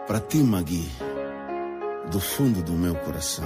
Pra ti, Magui, do fundo do meu coração.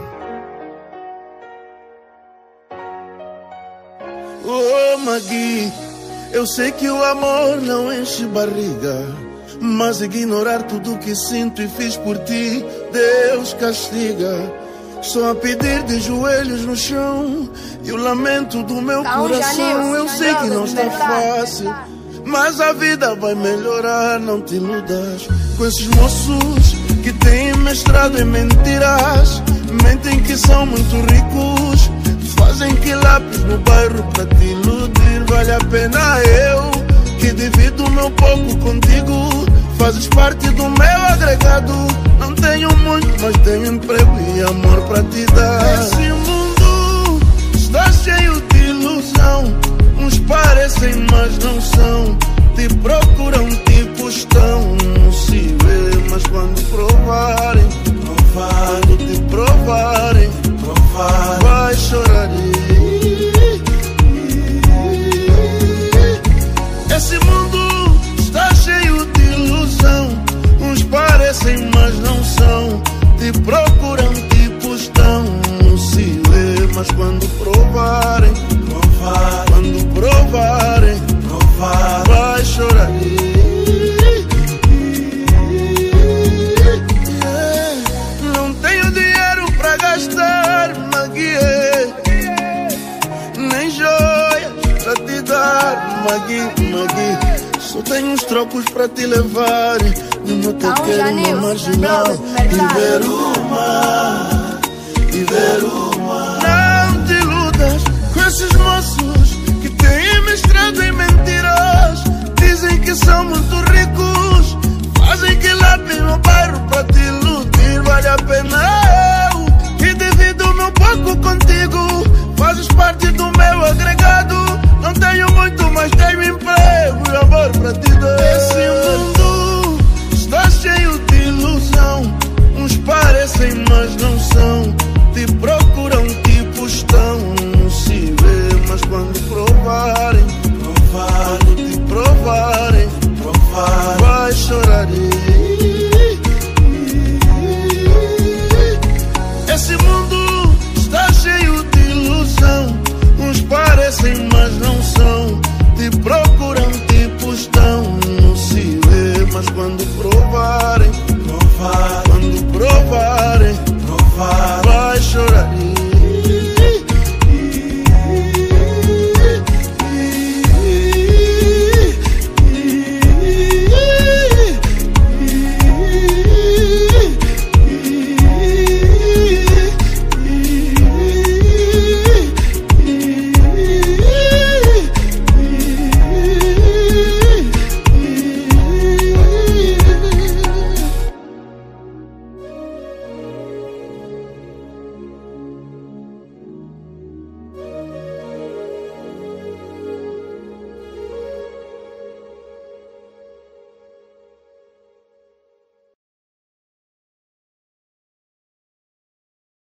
Oh, Magui, eu sei que o amor não enche barriga, mas ignorar tudo que sinto e fiz por ti, Deus castiga. Só a pedir de joelhos no chão e o lamento do meu coração. Eu sei que não está fácil, mas a vida vai melhorar, não te iludas com esses moços que têm mestrado em mentiras. Mentem que são muito ricos, fazem quilapes no bairro pra te iludir. Vale a pena eu, que divido o meu pouco contigo, fazes parte do meu agregado. Não tenho muito, mas tenho emprego e amor pra te dar. Esse mundo está cheio de ilusão, uns parecem mas não são, te procuram, tipo estão, não se vê, mas quando provarem, quando te provarem, vai chorar. Esse mundo está cheio de ilusão, uns parecem mas não são, te procuram, tipo estão, não se vê, mas quando provarem, quando provarem, vai chorar. Não tenho dinheiro pra gastar, Magui, nem joias pra te dar, Magui. Só tenho uns trocos pra te levar no meu tequeiro, uma marginal. E ver o mar. Não te iludas com esses moços que têm mestrado em mentiras. Dizem que são muito ricos, fazem quilapes no bairro pra te iludir. Vale a pena eu, que divido o meu pouco contigo, fazes parte do meu agregado. Não tenho muito, mas tenho emprego e amor pra te dar. Esse mundo está cheio de ilusão, uns parecem mas não são, te procuram, tipo estão, não se vê, mas quando provarem, quando te provarem, vai chorar. Esse mundo está cheio de ilusão, uns parecem mas não são, te procuram, tipo estão, não se vê, mas quando